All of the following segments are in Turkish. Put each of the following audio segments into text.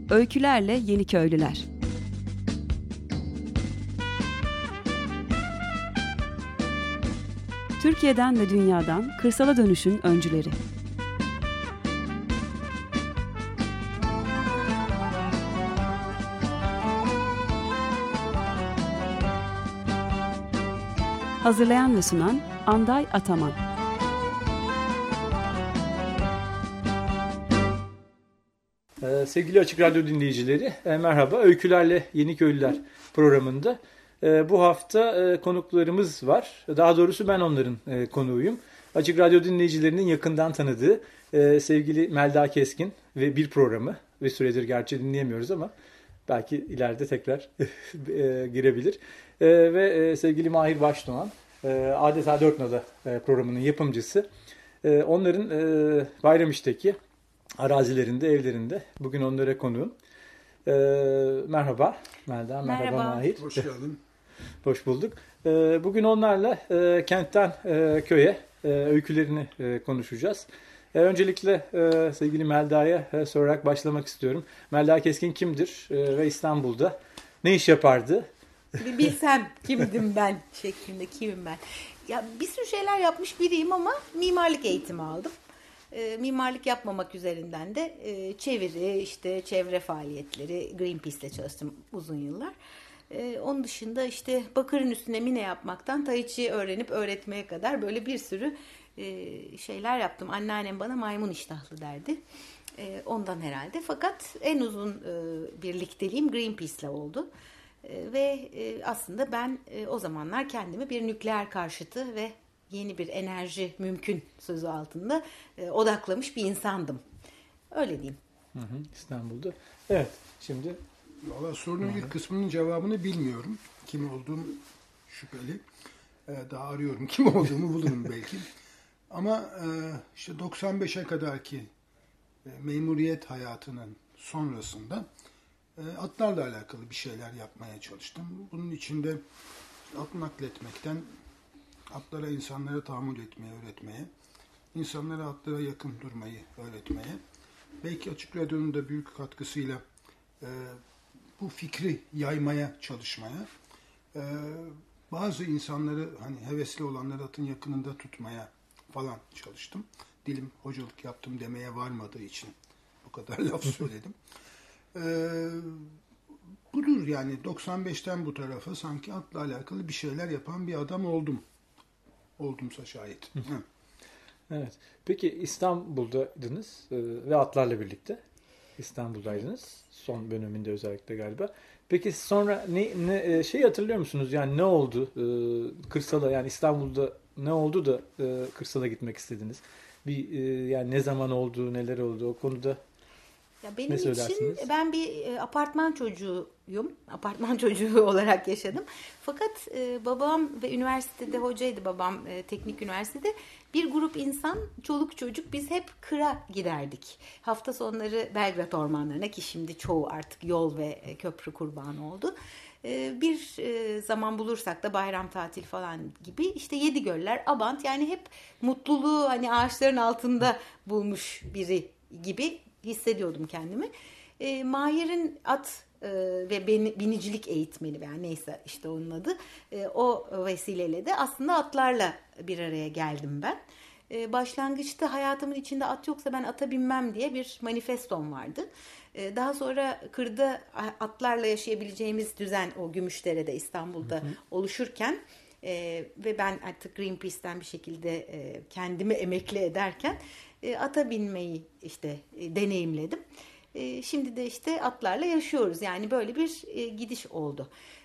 Öykülerle Yeniköylüler. Türkiye'den ve dünyadan kırsala dönüşün öncüleri. Hazırlayan ve sunan Anday Ataman. Sevgili Açık Radyo dinleyicileri, merhaba. Öykülerle Yeniköylüler programında bu hafta konuklarımız var. Daha doğrusu ben onların konuğuyum. Açık Radyo dinleyicilerinin yakından tanıdığı sevgili Melda Keskin ve bir programı ve süredir gerçi dinleyemiyoruz ama belki ileride tekrar girebilir. Ve sevgili Mahir Başdoğan, adeta Dört Nala programının yapımcısı. Onların Bayramiş'teki arazilerinde, evlerinde. Bugün onlara konuğum. Merhaba Melda, merhaba Mahir. Hoş geldin. Hoş bulduk. Bugün onlarla kentten köye öykülerini konuşacağız. Öncelikle sevgili Melda'ya sorarak başlamak istiyorum. Melda Keskin kimdir ve İstanbul'da ne iş yapardı? Bir bilsem kimdim ben şeklinde, kimim ben. Ya bir sürü şeyler yapmış biriyim ama mimarlık eğitimi aldım. Mimarlık yapmamak üzerinden de çeviri, işte çevre faaliyetleri, Greenpeace'le çalıştım uzun yıllar. Onun dışında işte bakırın üstüne mine yapmaktan Tai Chi öğrenip öğretmeye kadar böyle bir sürü şeyler yaptım. Anneannem bana maymun iştahlı derdi. Ondan herhalde. Fakat en uzun birlikteliğim Greenpeace'le oldu. Ve aslında ben o zamanlar kendimi bir nükleer karşıtı ve yeni bir enerji mümkün sözü altında odaklamış bir insandım. Öyle diyeyim. İstanbul'da. Evet, şimdi... Valla sorunun ilk kısmının cevabını bilmiyorum. Kim olduğum şüpheli. Daha arıyorum. Kim olduğumu bulurum belki. Ama işte 95'e kadarki memuriyet hayatının sonrasında atlarla alakalı bir şeyler yapmaya çalıştım. Bunun içinde at nakletmekten atlara, insanlara tahammül etmeyi öğretmeye, insanlara atlara yakın durmayı öğretmeye, belki Açık Radyo'nun da büyük katkısıyla bu fikri yaymaya çalışmaya, bazı insanları, hani hevesli olanları atın yakınında tutmaya falan çalıştım. Dilim hocalık yaptım demeye varmadığı için bu kadar laf söyledim. Budur yani 95'ten bu tarafa sanki atla alakalı bir şeyler yapan bir adam oldum. Oldumsa şayet. Evet. Peki İstanbul'daydınız ve atlarla birlikte İstanbul'daydınız. Son döneminde özellikle galiba. Peki sonra şey hatırlıyor musunuz? Yani ne oldu kırsala, yani İstanbul'da ne oldu da kırsala gitmek istediniz? Yani ne zaman oldu, neler oldu o konuda? Ya benim için ben bir apartman çocuğuyum. Apartman çocuğu olarak yaşadım. Fakat babam ve üniversitede hocaydı, babam teknik üniversitede. Bir grup insan, çoluk çocuk, biz hep kıra giderdik. Hafta sonları Belgrad ormanlarına, ki şimdi çoğu artık yol ve köprü kurbanı oldu. Bir zaman bulursak da bayram tatil falan gibi işte Yedigöller, Abant, yani hep mutluluğu hani ağaçların altında bulmuş biri gibi hissediyordum kendimi. Mahir'in at ve binicilik eğitmeni, yani neyse işte onun adı. O vesileyle de aslında atlarla bir araya geldim ben. Başlangıçta hayatımın içinde at yoksa ben ata binmem diye bir manifestom vardı. Daha sonra kırda atlarla yaşayabileceğimiz düzen o Gümüşdere'de, İstanbul'da oluşurken ve ben artık Greenpeace'ten bir şekilde kendimi emekli ederken ata binmeyi işte deneyimledim. Şimdi de işte atlarla yaşıyoruz. Yani böyle bir gidiş oldu.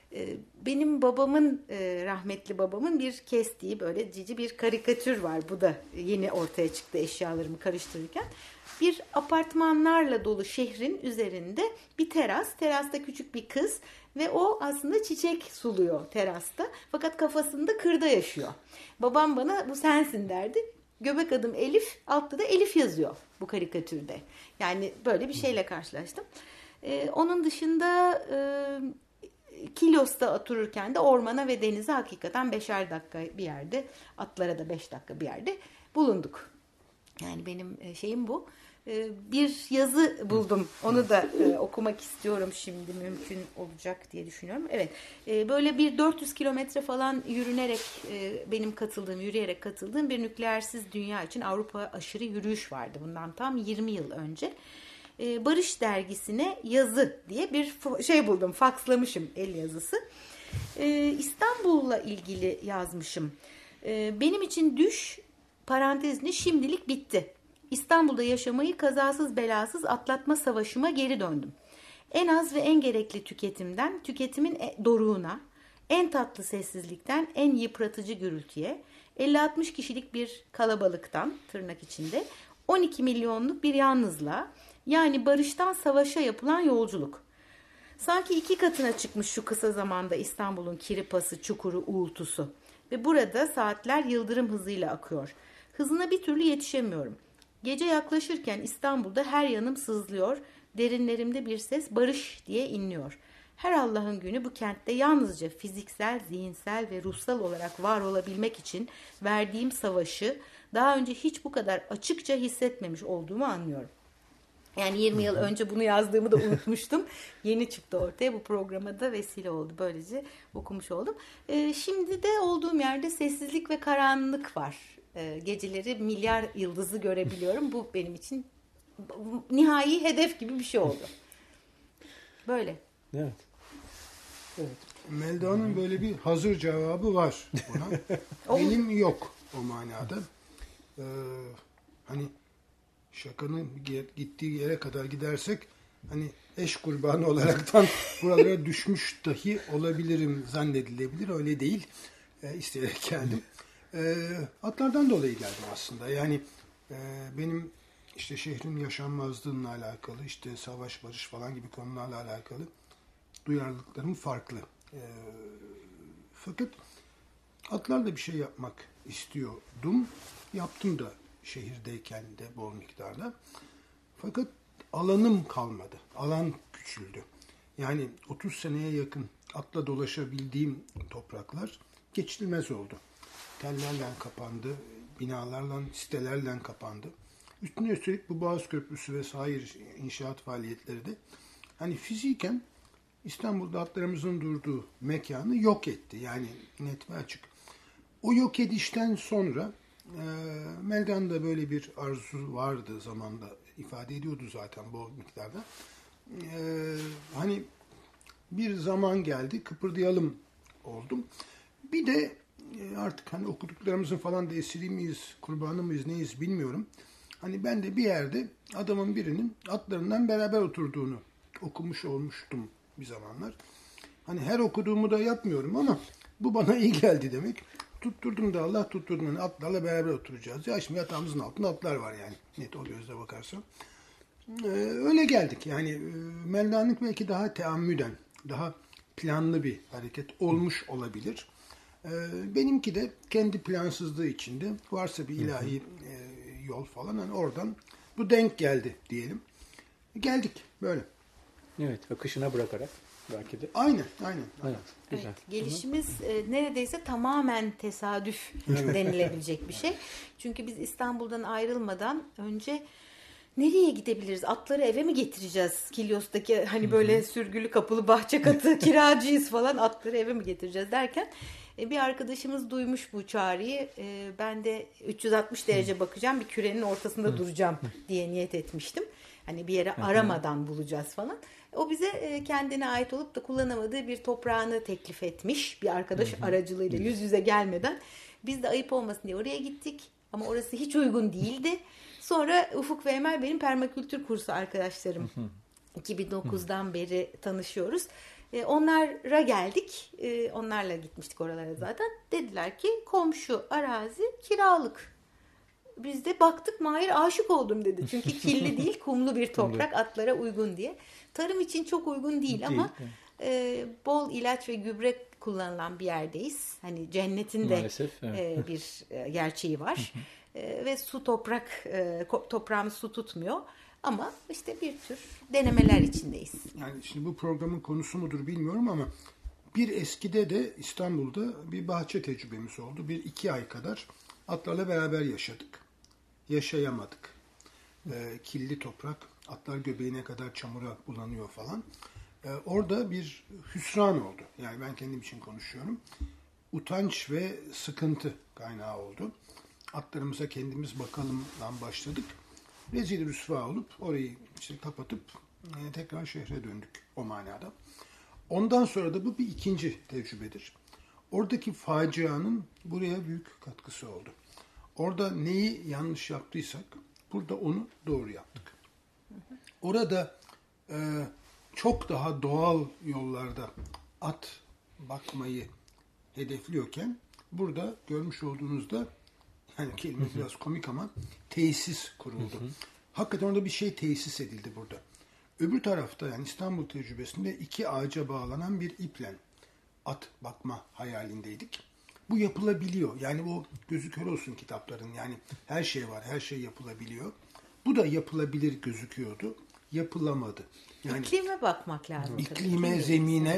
Benim babamın, rahmetli babamın bir kestiği böyle cici bir karikatür var. Bu da yeni ortaya çıktı eşyalarımı karıştırırken. Bir apartmanlarla dolu şehrin üzerinde bir teras. Terasta küçük bir kız ve o aslında çiçek suluyor terasta. Fakat kafasında kırda yaşıyor. Babam bana bu sensin derdi. Göbek adım Elif, altta da Elif yazıyor bu karikatürde. Yani böyle bir şeyle karşılaştım. Onun dışında Kilyos'ta otururken de ormana ve denize hakikaten 5'er dakika bir yerde, atlara da 5 dakika bir yerde bulunduk. Yani benim şeyim bu. Bir yazı buldum. Onu da okumak istiyorum şimdi, mümkün olacak diye düşünüyorum. Evet. Böyle bir 400 kilometre falan yürüyerek katıldığım bir nükleersiz dünya için Avrupa aşırı yürüyüş vardı. Bundan tam 20 yıl önce. Barış Dergisi'ne yazı diye bir şey buldum. Fakslamışım, el yazısı. İstanbul'la ilgili yazmışım. Benim için düş parantezine şimdilik bitti. İstanbul'da yaşamayı kazasız belasız atlatma savaşıma geri döndüm. En az ve en gerekli tüketimden tüketimin doruğuna, en tatlı sessizlikten en yıpratıcı gürültüye, 50-60 kişilik bir kalabalıktan, tırnak içinde, 12 milyonluk bir yalnızlığa, yani barıştan savaşa yapılan yolculuk. Sanki 2 katına çıkmış şu kısa zamanda İstanbul'un kiripası, çukuru, uğultusu. Ve burada saatler yıldırım hızıyla akıyor. Hızına bir türlü yetişemiyorum. Gece yaklaşırken İstanbul'da her yanım sızlıyor, derinlerimde bir ses barış diye inliyor. Her Allah'ın günü bu kentte yalnızca fiziksel, zihinsel ve ruhsal olarak var olabilmek için verdiğim savaşı daha önce hiç bu kadar açıkça hissetmemiş olduğumu anlıyorum. Yani 20 yıl önce bunu yazdığımı da unutmuştum. Yeni çıktı ortaya, bu programa da vesile oldu. Böylece okumuş oldum. Şimdi de olduğum yerde sessizlik ve karanlık var. Geceleri milyar yıldızı görebiliyorum. Bu benim için nihai hedef gibi bir şey oldu. Böyle. Evet. Melda'nın böyle bir hazır cevabı var buna. Benim yok o manada. Hani şakanın gittiği yere kadar gidersek hani eş kurbanı olaraktan buralara düşmüş dahi olabilirim zannedilebilir. Öyle değil. İsteyerek geldim. Atlardan dolayı geldim aslında. Yani benim işte şehrin yaşanmazlığıyla alakalı, işte savaş, barış falan gibi konularla alakalı duyarlılıklarım farklı. Fakat atlarla bir şey yapmak istiyordum. Yaptım da şehirdeyken de bol miktarda. Fakat alanım kalmadı. Alan küçüldü. Yani 30 seneye yakın atla dolaşabildiğim topraklar geçilmez oldu. Tellerle kapandı, binalarla, sitelerle kapandı. Üstüne üstelik bu Boğaz Köprüsü vesaire inşaat faaliyetleri de hani fiziken İstanbul'da atlarımızın durduğu mekanı yok etti. Yani net ve açık. O yok edişten sonra Melda'nın da böyle bir arzu vardı zamanda, ifade ediyordu zaten bol miktarda. Hani bir zaman geldi, kıpırdayalım oldum. Bir de artık hani okuduklarımızın falan da esiri miyiz, kurbanı mıyız, neyiz bilmiyorum. Hani ben de bir yerde adamın birinin atlarından beraber oturduğunu okumuş olmuştum bir zamanlar. Hani her okuduğumu da yapmıyorum ama bu bana iyi geldi demek. Tutturdum da Allah tutturdum. Yani atlarla beraber oturacağız. Ya şimdi yatağımızın altında atlar var yani. Net o gözle bakarsan. Öyle geldik. Yani Melda'nın belki daha teammüden, daha planlı bir hareket olmuş olabilir. Benimki de kendi plansızlığı içinde varsa bir ilahi yol falan hani oradan bu denk geldi diyelim. Geldik böyle. Evet, akışına bırakarak belki de. Aynen. Evet, güzel. Evet, gelişimiz neredeyse tamamen tesadüf denilebilecek bir şey. Çünkü biz İstanbul'dan ayrılmadan önce nereye gidebiliriz? Atları eve mi getireceğiz? Kilyos'taki hani böyle sürgülü kapılı bahçe katı kiracıyız falan, atları eve mi getireceğiz derken bir arkadaşımız duymuş bu çağrıyı. Ben de 360 derece bakacağım, bir kürenin ortasında duracağım diye niyet etmiştim. Hani bir yere aramadan bulacağız falan. O bize kendine ait olup da kullanamadığı bir toprağını teklif etmiş. Bir arkadaş aracılığıyla yüz yüze gelmeden. Biz de ayıp olmasın diye oraya gittik. Ama orası hiç uygun değildi. Sonra Ufuk ve Emel benim permakültür kursu arkadaşlarım. 2009'dan beri tanışıyoruz. Onlara geldik. Onlarla gitmiştik oralara zaten. Dediler ki komşu arazi kiralık. Biz de baktık, Mahir aşık oldum dedi. Çünkü kirli değil, kumlu bir toprak, atlara uygun diye. Tarım için çok uygun değil ama bol ilaç ve gübre kullanılan bir yerdeyiz. Hani cennetin de maalesef, evet. Bir gerçeği var. Ve toprağımız su tutmuyor. Ama işte bir tür denemeler içindeyiz. Yani şimdi bu programın konusu mudur bilmiyorum ama bir eskide de İstanbul'da bir bahçe tecrübemiz oldu. 1-2 ay kadar atlarla beraber yaşadık. yaşayamadık. Kirli toprak, atlar göbeğine kadar çamura bulanıyor falan. Orada bir hüsran oldu. Yani ben kendim için konuşuyorum. Utanç ve sıkıntı kaynağı oldu. Atlarımıza kendimiz bakalımdan başladık. Rezil rüsva olup orayı işte kapatıp tekrar şehre döndük o manada. Ondan sonra da bu bir ikinci tecrübedir. Oradaki facianın buraya büyük katkısı oldu. Orada neyi yanlış yaptıysak burada onu doğru yaptık. Orada çok daha doğal yollarda at bakmayı hedefliyorken burada görmüş olduğunuzda, yani kelime biraz komik ama, tesis kuruldu. Hakikaten orada bir şey tesis edildi burada. Öbür tarafta, yani İstanbul tecrübesinde 2 ağaca bağlanan bir iple at bakma hayalindeydik. Bu yapılabiliyor. Yani o gözü kör olsun kitapların. Yani her şey var, her şey yapılabiliyor. Bu da yapılabilir gözüküyordu. Yapılamadı. Yani İklime bakmak lazım. İklime, zemine,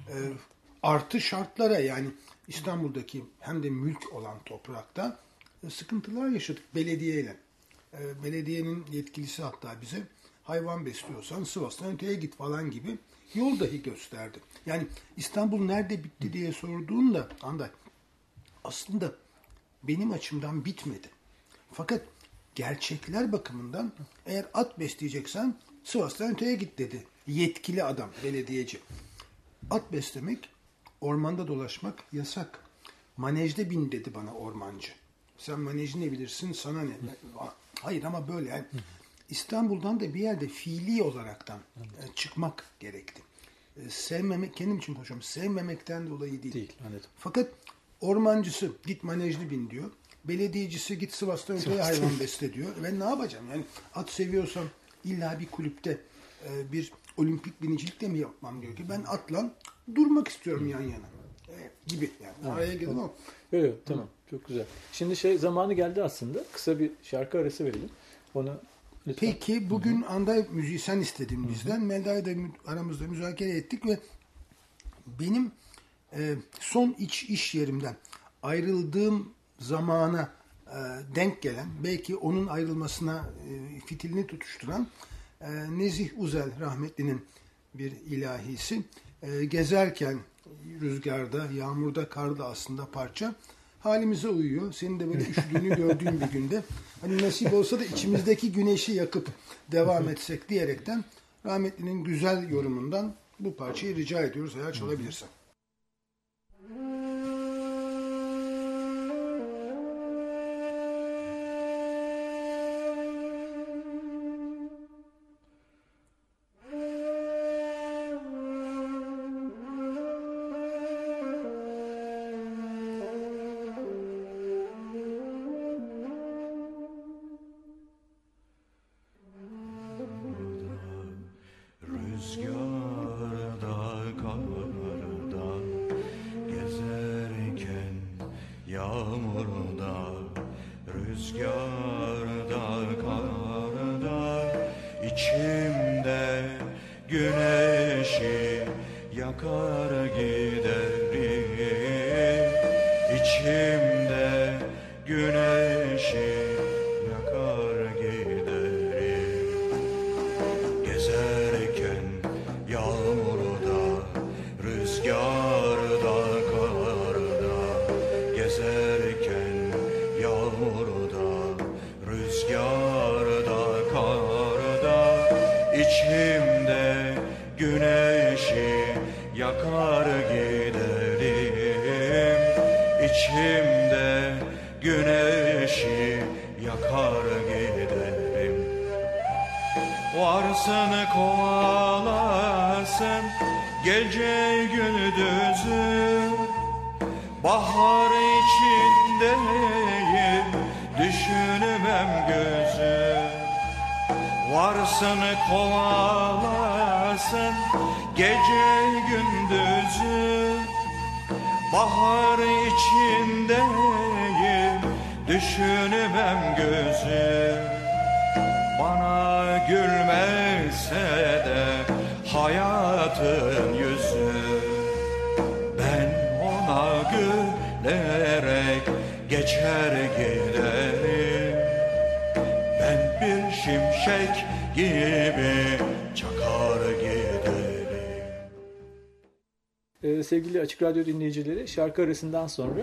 artı şartlara, yani İstanbul'daki hem de mülk olan toprakta sıkıntılar yaşadık belediyeyle. Belediyenin yetkilisi hatta bize hayvan besliyorsan Sivas'tan öteye git falan gibi yol dahi gösterdi. Yani İstanbul nerede bitti diye sorduğunda Anday, aslında benim açımdan bitmedi. Fakat gerçekler bakımından eğer at besleyeceksen Sivas'tan öteye git dedi yetkili adam, belediyeci. At beslemek, ormanda dolaşmak yasak. Manejde bin dedi bana ormancı. Sen manejini ne bilirsin, sana ne? Hayır ama böyle yani. İstanbul'dan da bir yerde fiili olaraktan çıkmak gerekti. Sevmemek, kendim için konuşuyorum, sevmemekten dolayı değil. Anladım. Fakat ormancısı git manejli bin diyor. Belediyecisi git Sivas'tan öteye hayvan besle diyor. Ben ne yapacağım? Yani at seviyorsam illa bir kulüpte bir olimpik binicilik de mi yapmam gerekiyor? Ben atla durmak istiyorum yan yana. Gibi yani. Araya girdim ama. Evet, tamam. Çok güzel. Şimdi zamanı geldi aslında. Kısa bir şarkı arası verelim. Onu lütfen. Peki bugün Anday müziği sen istedin bizden. Melda'yı da aramızda müzakere ettik ve benim son iş yerimden ayrıldığım zamana denk gelen, belki onun ayrılmasına fitilini tutuşturan Nezih Uzel rahmetlinin bir ilahisi. Gezerken rüzgarda, yağmurda, karda aslında parça halimize uyuyor. Senin de böyle üşüdüğünü gördüğüm bir günde hani nasip olsa da içimizdeki güneşi yakıp devam etsek diyerekten rahmetlinin güzel yorumundan bu parçayı rica ediyoruz eğer çalabilirsen. fişek gibi çakar giderim. Sevgili Açık Radyo dinleyicileri, şarkı arasından sonra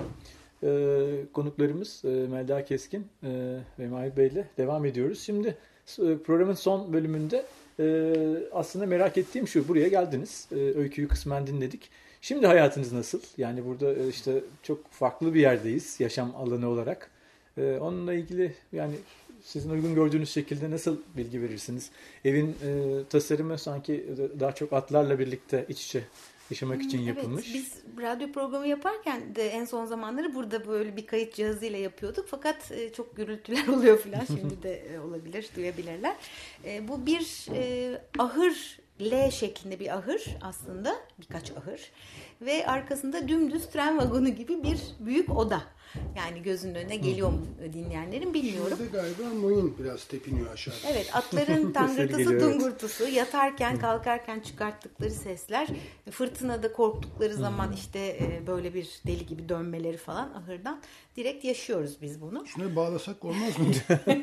konuklarımız Melda Keskin ve Mahir Bey ile devam ediyoruz. Şimdi programın son bölümünde aslında merak ettiğim şu: buraya geldiniz, öyküyü kısmen dinledik. Şimdi hayatınız nasıl? Yani burada işte çok farklı bir yerdeyiz yaşam alanı olarak. Onunla ilgili yani sizin uygun gördüğünüz şekilde nasıl bilgi verirsiniz? Evin tasarımı sanki daha çok atlarla birlikte iç içe yaşamak için yapılmış. Evet, biz radyo programı yaparken de en son zamanları burada böyle bir kayıt cihazıyla yapıyorduk. Fakat çok gürültüler oluyor falan. Şimdi de olabilir, duyabilirler. Bu bir ahır, L şeklinde bir ahır aslında. Birkaç ahır. Ve arkasında dümdüz tren vagonu gibi bir büyük oda. Yani gözünün önüne geliyor mu dinleyenlerin bilmiyorum. Şurada galiba Moin biraz tepiniyor aşağıda. Evet, atların tangırtısı, dungurtusu, yatarken kalkarken çıkarttıkları sesler, fırtınada korktukları zaman işte böyle bir deli gibi dönmeleri falan ahırdan direkt yaşıyoruz biz bunu. Şuna bağlasak olmaz mı?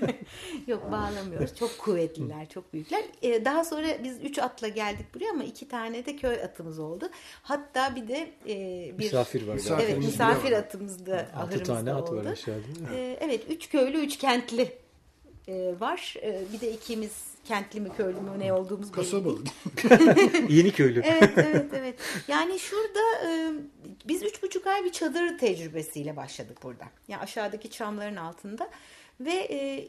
Yok, bağlamıyoruz. Çok kuvvetliler, çok büyükler. Daha sonra biz 3 atla geldik buraya ama 2 tane de köy atımız oldu. Hatta bir de bir misafir var galiba. Evet, misafir atımız da ahırımızda 6 tane at oldu. var aşağıda. Evet, 3 köylü 3 kentli var. Bir de ikimiz kentli mi köylü mü ne olduğumuz belli Kasabalı. Yeni köylü. Evet. Yani şurada biz 3,5 ay bir çadır tecrübesiyle başladık burada. Yani aşağıdaki çamların altında ve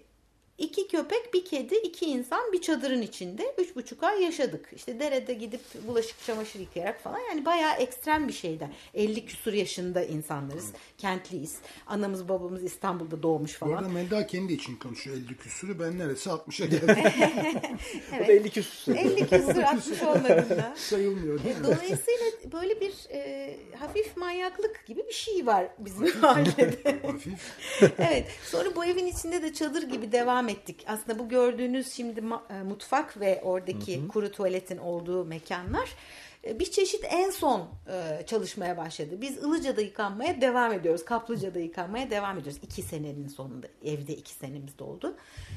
2 köpek, bir kedi, 2 insan bir çadırın içinde 3,5 ay yaşadık. İşte derede gidip bulaşık çamaşır yıkayarak falan, yani bayağı ekstrem bir şeydi. 50 küsur yaşında insanlarız, kentliyiz. Anamız babamız İstanbul'da doğmuş falan. Bu arada Melda kendi için konuşuyor 50 küsürü. Ben neresi 60'a geldim. Evet. O da 50 küsur. 50 küsur 60 olmadığında. Sayılmıyor değil mi? Dolayısıyla böyle bir hafif manyaklık gibi bir şey var bizim ailede. Hafif. Evet. Sonra bu evin içinde de çadır gibi devam ettik. Aslında bu gördüğünüz şimdi mutfak ve oradaki kuru tuvaletin olduğu mekanlar bir çeşit en son çalışmaya başladı. Biz Ilıca'da yıkanmaya devam ediyoruz. Kaplıca'da yıkanmaya devam ediyoruz. 2 senenin sonunda evde 2 senemiz doldu.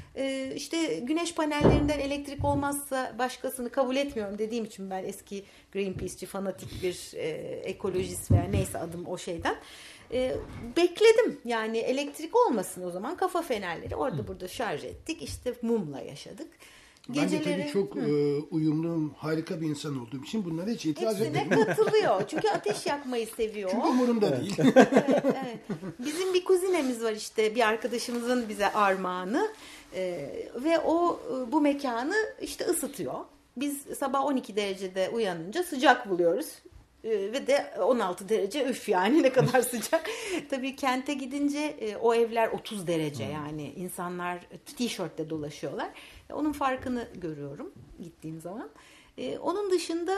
İşte güneş panellerinden elektrik olmazsa başkasını kabul etmiyorum dediğim için ben eski Greenpeace'ci fanatik bir ekolojist veya neyse adım o şeyden. Bekledim yani elektrik olmasın o zaman, kafa fenerleri orada burada şarj ettik, işte mumla yaşadık. Ben de tabii çok uyumlu, harika bir insan olduğum için bunlara hiç itiraz hepsine etmedim. katılıyor çünkü ateş yakmayı seviyor. Çünkü umurumda değil. Evet. Bizim bir kuzinemiz var, işte bir arkadaşımızın bize armağanı ve o bu mekanı işte ısıtıyor. Biz sabah 12 derecede uyanınca sıcak buluyoruz. Ve de 16 derece, üf yani ne kadar sıcak. Tabii kente gidince o evler 30 derece yani insanlar tişörtle dolaşıyorlar. Onun farkını görüyorum gittiğim zaman. Onun dışında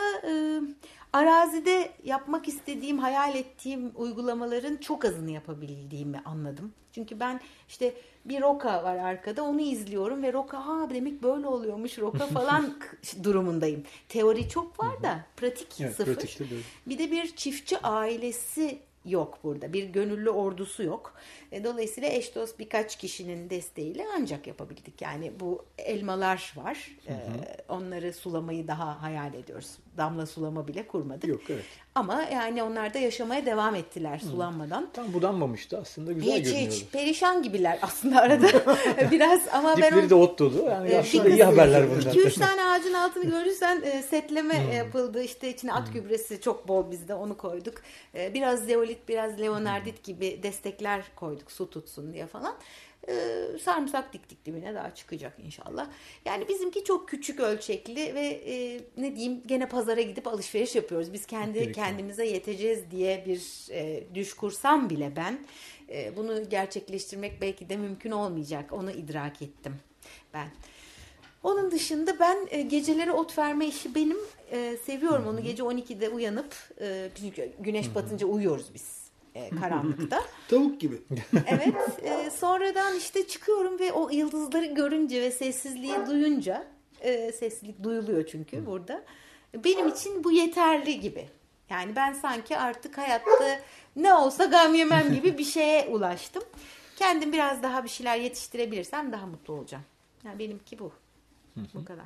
arazide yapmak istediğim, hayal ettiğim uygulamaların çok azını yapabildiğimi anladım. Çünkü ben işte bir roka var arkada, onu izliyorum ve roka demek böyle oluyormuş roka falan durumundayım. Teori çok var da pratik sıfır. Bir de bir çiftçi ailesi yok burada. Bir gönüllü ordusu yok. Dolayısıyla eş dost birkaç kişinin desteğiyle ancak yapabildik. Yani bu elmalar var. Onları sulamayı daha hayal ediyoruz. Damla sulama bile kurmadık. Yok, evet. Ama yani onlar da yaşamaya devam ettiler sulanmadan. Tam budanmamıştı aslında, güzel görünüyordu. Hiç perişan gibiler aslında arada biraz ama ben dipleri de ot dolu. Yani aslında iyi haberler bunlar. 2-3 tane ağacın altını görürsen setleme yapıldı. İşte içine at gübresi çok bol, bizde onu koyduk. Biraz zeolit, biraz leonardit gibi destekler koyduk su tutsun diye falan. Sarımsak diktik dibine, daha çıkacak inşallah. Yani bizimki çok küçük ölçekli ve ne diyeyim, gene pazara gidip alışveriş yapıyoruz. Biz kendimize yeteceğiz diye bir düş kursam bile ben bunu gerçekleştirmek belki de mümkün olmayacak. Onu idrak ettim ben. Onun dışında ben geceleri ot verme işi benim. Seviyorum onu, gece 12'de uyanıp çünkü güneş batınca uyuyoruz biz. Karanlıkta. Tavuk gibi. Evet. Sonradan işte çıkıyorum ve o yıldızları görünce ve sessizliği duyunca, sessizlik duyuluyor çünkü burada. Benim için bu yeterli gibi. Yani ben sanki artık hayatta ne olsa gam yemem gibi bir şeye ulaştım. Kendim biraz daha bir şeyler yetiştirebilirsem daha mutlu olacağım. Yani benimki bu. Bu kadar.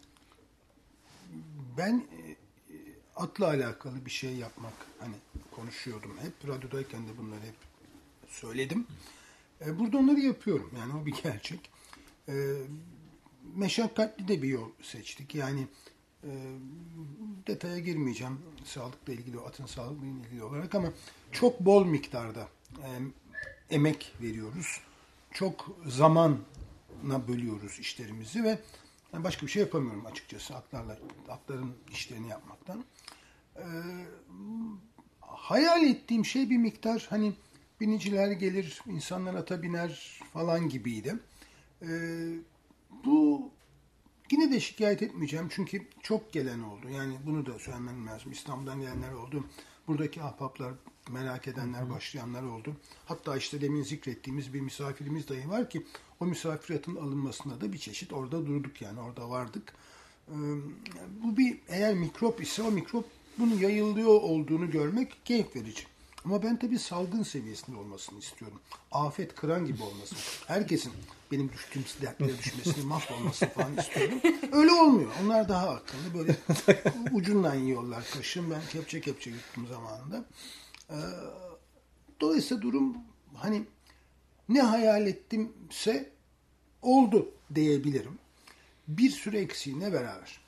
Ben atla alakalı bir şey yapmak hani konuşuyordum hep. Radyodayken de bunları hep söyledim. Burada onları yapıyorum. Yani o bir gerçek. Meşakkatli de bir yol seçtik. Yani detaya girmeyeceğim sağlıkla ilgili, atın sağlıkla ilgili olarak ama çok bol miktarda emek veriyoruz. Çok zamana bölüyoruz işlerimizi ve ben başka bir şey yapamıyorum açıkçası atların işlerini yapmaktan. Hayal ettiğim şey bir miktar hani biniciler gelir, insanlar ata biner falan gibiydi. Bu yine de şikayet etmeyeceğim çünkü çok gelen oldu. Yani bunu da söylemem lazım. İstanbul'dan gelenler oldu. Buradaki ahbaplar, merak edenler, başlayanlar oldu. Hatta işte demin zikrettiğimiz bir misafirimiz dahi var ki o misafiriyatın alınmasına da bir çeşit orada durduk yani orada vardık. Bu bir eğer mikrop ise o mikrop bunun yayılıyor olduğunu görmek keyif verici. Ama ben tabii salgın seviyesinde olmasını istiyorum. Afet kıran gibi olmasını. Herkesin benim düştüğüm dertlere düşmesini, mahvolmasını falan istiyorum. Öyle olmuyor. Onlar daha akıllı. Böyle ucundan yiyorlar kaşın. Ben kepçe kepçe yuttum zamanında. Dolayısıyla durum hani ne hayal ettimse oldu diyebilirim. Bir sürü eksiğine beraber.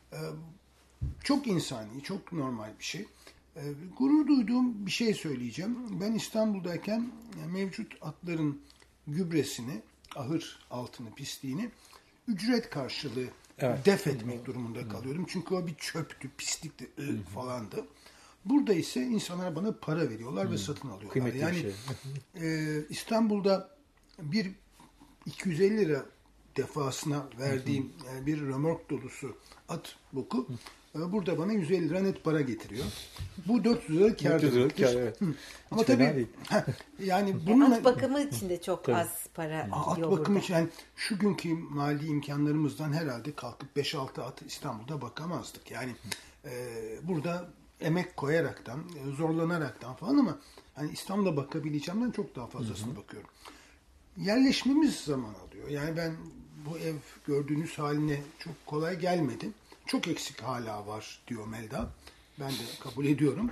Çok insani, çok normal bir şey. Gurur duyduğum bir şey söyleyeceğim. Ben İstanbul'dayken mevcut atların gübresini, ahır altını, pisliğini ücret karşılığı def etmek durumunda kalıyordum. Çünkü o bir çöptü, pislikti falandı. Burada ise insanlar bana para veriyorlar ve satın alıyorlar. Kıymetli yani bir şey. İstanbul'da bir 250 lira defasına verdiğim bir römork dolusu at boku burada bana 150 lira net para getiriyor. Bu 400 lira kâr demektir. Evet. Ama tabii yani bunun At bakımı için de çok az para at gidiyor bakımı burada. için yani şu günkü mali imkanlarımızdan herhalde kalkıp 5-6 at İstanbul'da bakamazdık. Yani burada emek koyaraktan, zorlanaraktan falan ama hani İstanbul'da bakabileceğimden çok daha fazlasını bakıyorum. Yerleşmemiz zaman alıyor. Yani ben bu ev gördüğünüz haline çok kolay gelmedi. Çok eksik hala var diyor Melda. Ben de kabul ediyorum.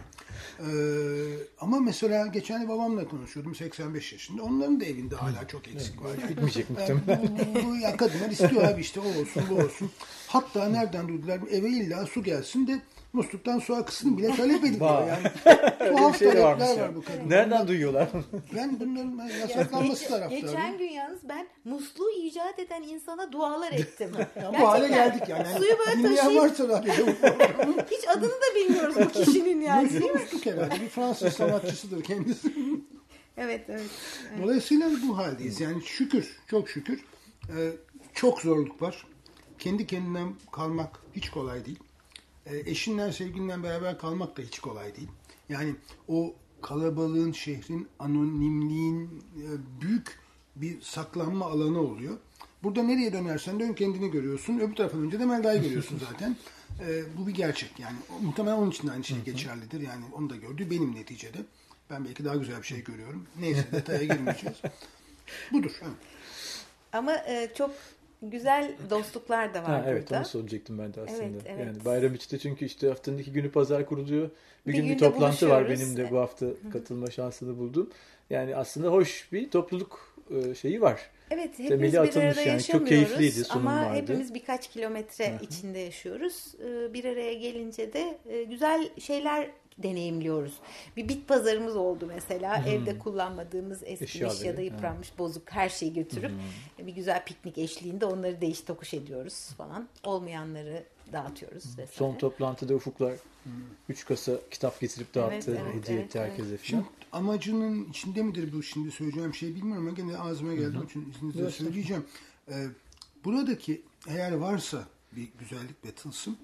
Ama mesela geçen de babamla konuşuyordum 85 yaşında. Onların da evinde hala çok eksik var. Yani, bitmeyecek muhtemelen. Bu kadınlar istiyor abi işte o olsun bu olsun. Hatta nereden duydular eve illa su gelsin de musluktan su akısını bile talep ediliyor. Yani tuhaf şey de talepler var bu kadınlar. Nereden duyuyorlar? Ben bunların yasaklanması taraftarıyım. Geçen gün yalnız ben musluğu icat eden insana dualar ettim. Bu hale geldik yani. Suyu böyle Dinleyen taşıyıp varsa radyoda hiç adını da bilmiyoruz bu kişinin yani. Değil mi? musluk herhalde. Bir Fransız sanatçısıdır kendisi. Evet. Dolayısıyla bu haldeyiz. Yani şükür, çok şükür. Çok zorluk var. Kendi kendinden kalmak hiç kolay değil. Eşinle, sevgilinle beraber kalmak da hiç kolay değil. Yani o kalabalığın, şehrin, anonimliğin büyük bir saklanma alanı oluyor. Burada nereye dönersen dön kendini görüyorsun. Öbür tarafa dönünce de Melda'yı görüyorsun zaten. Bu bir gerçek. Yani muhtemelen onun için de aynı şey geçerlidir. Yani onu da gördü benim neticede. Ben belki daha güzel bir şey görüyorum. Neyse detaya girmeyeceğiz. Budur. Evet. Ama çok güzel dostluklar da var Evet burada. onu soracaktım ben de aslında. Evet. Yani bayram içinde çünkü işte haftanın 2 günü pazar kuruluyor. Bir gün bir günde toplantı var buluşuyoruz. benim de bu hafta katılma şansını buldum. Yani aslında hoş bir topluluk şeyi var. Evet, hepimiz Temeli bir atılmış arada yani. yaşamıyoruz. Çok keyifliydi, sunum ama vardı. hepimiz birkaç kilometre içinde yaşıyoruz. Bir araya gelince de güzel şeyler deneyimliyoruz. Bir bit pazarımız oldu mesela. Evde kullanmadığımız eskimiş Eşyaları, ya da yıpranmış, bozuk her şeyi götürüp bir güzel piknik eşliğinde onları değiş tokuş ediyoruz falan. Olmayanları dağıtıyoruz vesaire. Son toplantıda Ufuklar 3 kasa kitap getirip dağıttı. Evet, hediye etti herkese Şimdi falan. amacının içinde midir bu şimdi söyleyeceğim şey bilmiyorum ama gene ağzıma geldi onun için izninizle söyleyeceğim. Buradaki eğer varsa bir güzellik ve tılsım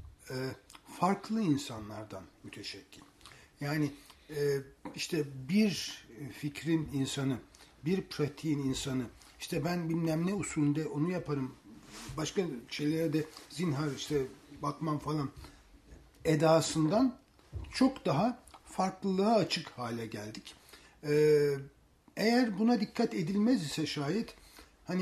farklı insanlardan müteşekkil. Yani işte bir fikrin insanı, bir pratiğin insanı, işte ben bilmem ne usulünde onu yaparım, başka şeylere de zinhar işte bakmam falan edasından çok daha farklılığa açık hale geldik. Eğer buna dikkat edilmez ise şayet hani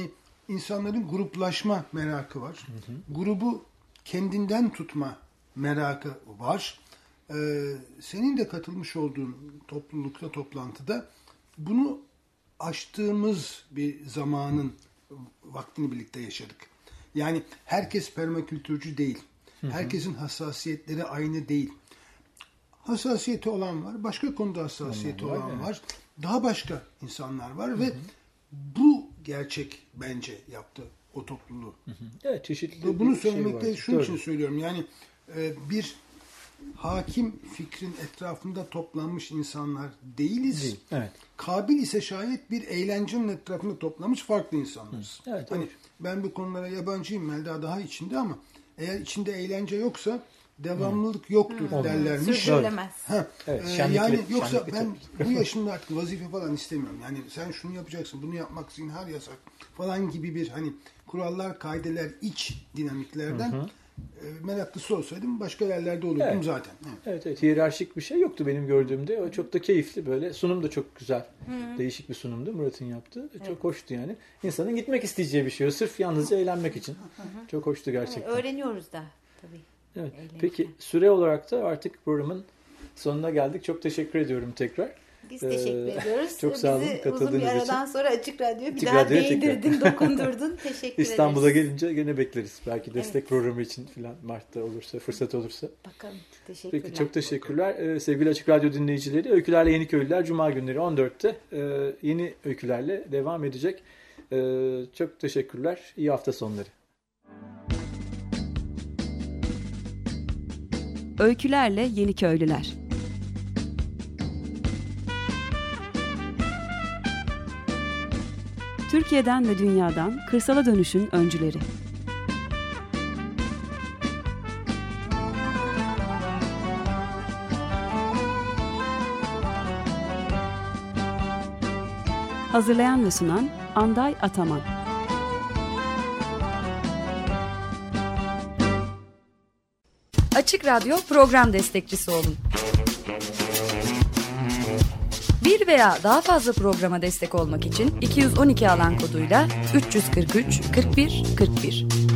insanların gruplaşma merakı var. Grubu kendinden tutma merakı var. Senin de katılmış olduğun toplulukta, toplantıda bunu aştığımız bir zamanın vaktini birlikte yaşadık. Yani herkes permakültürcü değil. Herkesin hassasiyetleri aynı değil. Hassasiyeti olan var, başka konuda hassasiyeti olan var. Daha başka insanlar var ve bu gerçek bence yaptı o topluluğu. Evet, çeşitli bunu bir söylemekte şey var. şunun için söylüyorum. Yani bir hakim fikrin etrafında toplanmış insanlar değiliz. Değil. Evet. Kabil ise şayet bir eğlencenin etrafında toplanmış farklı insanlarız. Evet, hani evet. ben bu konulara yabancıyım, Melda daha içinde ama eğer içinde eğlence yoksa devamlılık yoktur derlermiş. Sürdürülemez. Evet, Yani yoksa şenlikli ben bu yaşımda artık vazife falan istemiyorum. Yani sen şunu yapacaksın, bunu yapmak zinhar yasak falan gibi bir hani kurallar, kaideler, iç dinamiklerden meraklısı olsaydım başka yerlerde olurdum zaten. Evet, hiyerarşik bir şey yoktu benim gördüğümde. O çok da keyifli böyle. Sunum da çok güzel. Değişik bir sunumdu Murat'ın yaptığı. Çok hoştu yani. İnsanın gitmek isteyeceği bir şey o. Sırf yalnızca eğlenmek için. Çok hoştu gerçekten. Öğreniyoruz da tabii. Evet. Peki süre olarak da artık programın sonuna geldik. Çok teşekkür ediyorum tekrar. Biz teşekkür ediyoruz. Çok sağ olun katıldığınız için. Uzun bir aradan sonra Açık Radyo bir Açık daha Radyo'ya değdirdin, dokundurdun. Teşekkür ederiz. İstanbul'a gelince gene bekleriz. Belki destek programı için falan Mart'ta olursa, fırsat olursa. Bakalım. Teşekkürler. Peki çok teşekkürler. Sevgili Açık Radyo dinleyicileri, Öykülerle Yeniköylüler Cuma günleri 14'te yeni öykülerle devam edecek. Çok teşekkürler. İyi hafta sonları. Öykülerle Yeniköylüler. Türkiye'den ve dünyadan kırsala dönüşün öncüleri. Hazırlayan ve sunan Anday Ataman. Açık Radyo program destekçisi olun. Bir veya daha fazla programa destek olmak için 212 alan koduyla 343 41 41.